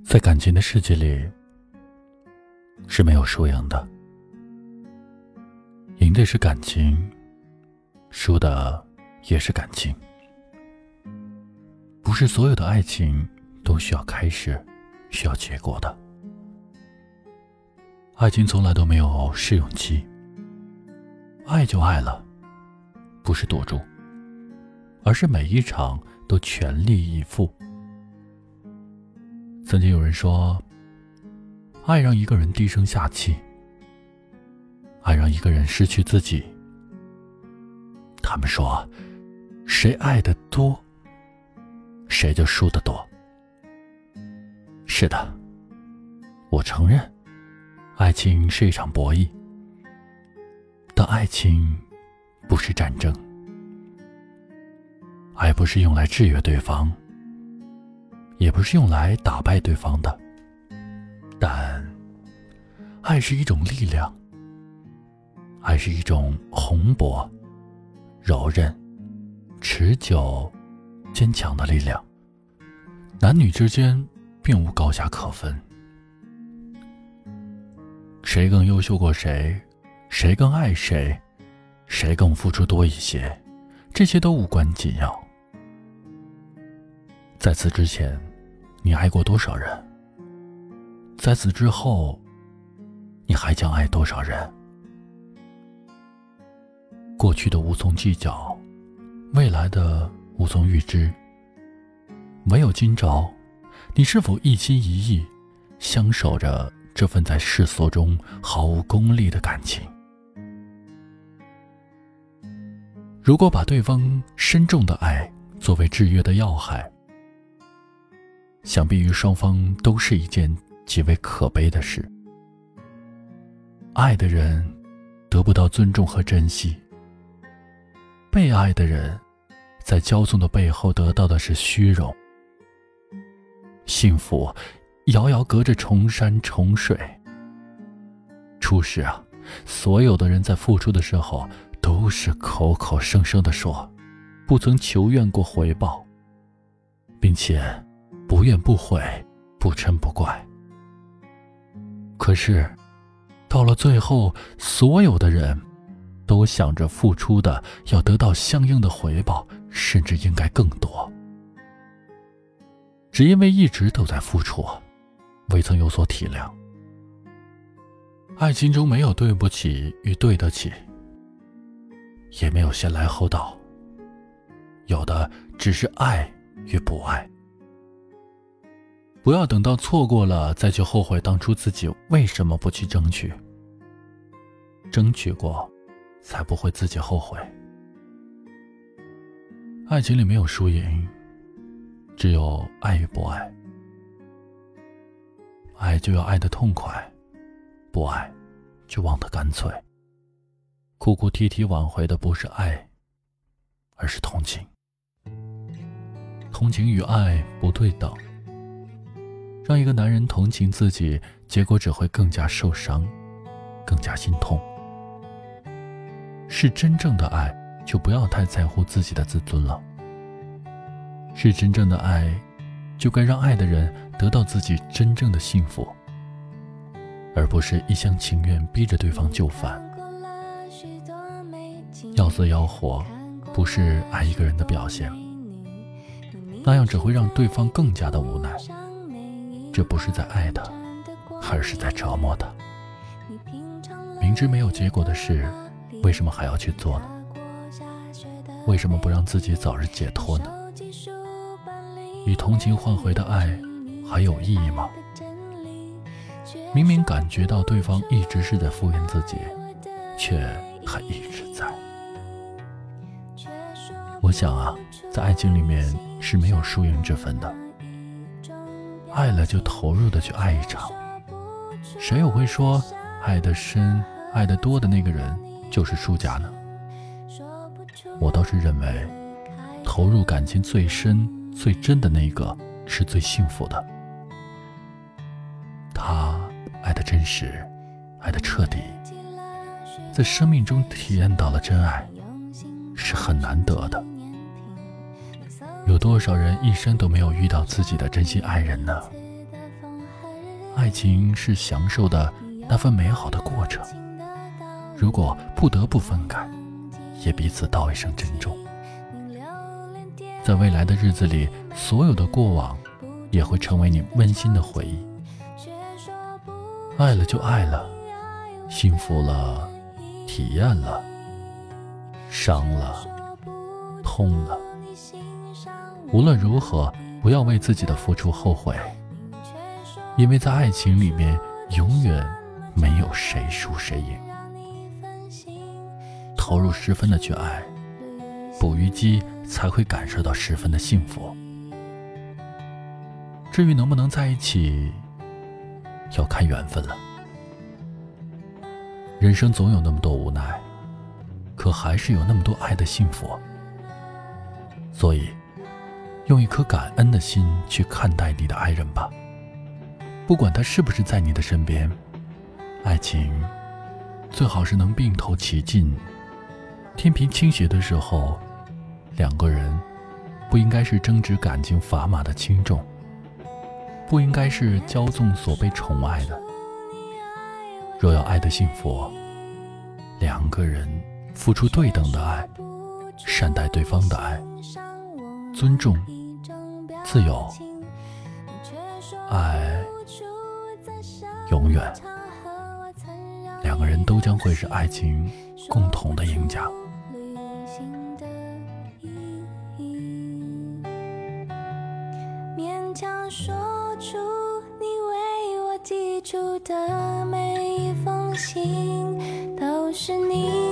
在感情的世界里，是没有输赢的，赢的是感情，输的也是感情。不是所有的爱情都需要开始，需要结果的。爱情从来都没有试用期，爱就爱了，不是赌注，而是每一场都全力以赴。曾经有人说，爱让一个人低声下气，爱让一个人失去自己。他们说，谁爱得多，谁就输得多。是的，我承认，爱情是一场博弈，但爱情不是战争。爱不是用来制约对方，也不是用来打败对方的，但爱是一种力量，爱是一种宏博、柔韧、持久、坚强的力量。男女之间并无高下可分，谁更优秀过谁，谁更爱谁，谁更付出多一些，这些都无关紧要。在此之前，你爱过多少人？在此之后，你还将爱多少人？过去的无从计较，未来的无从预知。唯有今朝，你是否一心一意相守着这份在世俗中毫无功利的感情？如果把对方深重的爱作为制约的要害，想必于双方都是一件极为可悲的事。爱的人得不到尊重和珍惜，被爱的人在骄纵的背后得到的是虚荣。幸福遥遥隔着重山重水。初时啊，所有的人在付出的时候都是口口声声地说不曾求愿过回报，并且不怨不悔，不嗔不怪。可是到了最后，所有的人都想着付出的要得到相应的回报，甚至应该更多。只因为一直都在付出，未曾有所体谅。爱情中没有对不起与对得起，也没有先来后到，有的只是爱与不爱。不要等到错过了再去后悔当初自己为什么不去争取，争取过才不会自己后悔。爱情里没有输赢，只有爱与不爱。爱就要爱得痛快，不爱就忘得干脆。哭哭啼啼挽回的不是爱，而是同情。同情与爱不对等，让一个男人同情自己，结果只会更加受伤，更加心痛。是真正的爱，就不要太在乎自己的自尊了。是真正的爱，就该让爱的人得到自己真正的幸福，而不是一厢情愿逼着对方就范。要死要活不是爱一个人的表现，那样只会让对方更加的无奈。这不是在爱的，而是在折磨的。明知没有结果的事，为什么还要去做呢？为什么不让自己早日解脱呢？以同情换回的爱还有意义吗？明明感觉到对方一直是在敷衍自己，却还一直在。我想啊，在爱情里面是没有输赢之分的，爱了就投入的去爱一场。谁又会说爱得深爱得多的那个人就是输家呢？我倒是认为，投入感情最深最真的那个是最幸福的。他爱得真实，爱得彻底，在生命中体验到了真爱，是很难得的。有多少人一生都没有遇到自己的真心爱人呢？ 爱情是享受的那份美好的过程，如果不得不分开，也彼此道一声珍重。在未来的日子里，所有的过往也会成为你温馨的回忆。爱了就爱了，幸福了，体验了，伤了，痛了。无论如何，不要为自己的付出后悔，因为在爱情里面，永远没有谁输谁赢。投入10分的去爱，捕鱼机才会感受到10分的幸福。至于能不能在一起，要看缘分了。人生总有那么多无奈，可还是有那么多爱的幸福。所以用一颗感恩的心去看待你的爱人吧，不管他是不是在你的身边，爱情最好是能并头齐进。天平倾斜的时候，两个人不应该是争执感情砝码的轻重，不应该是骄纵所被宠爱的。若要爱的幸福，两个人付出对等的爱，善待对方的爱，尊重、自由，爱永远，两个人都将会是爱情共同的赢家。 勉强说出你为我寄出的每一封信，都是你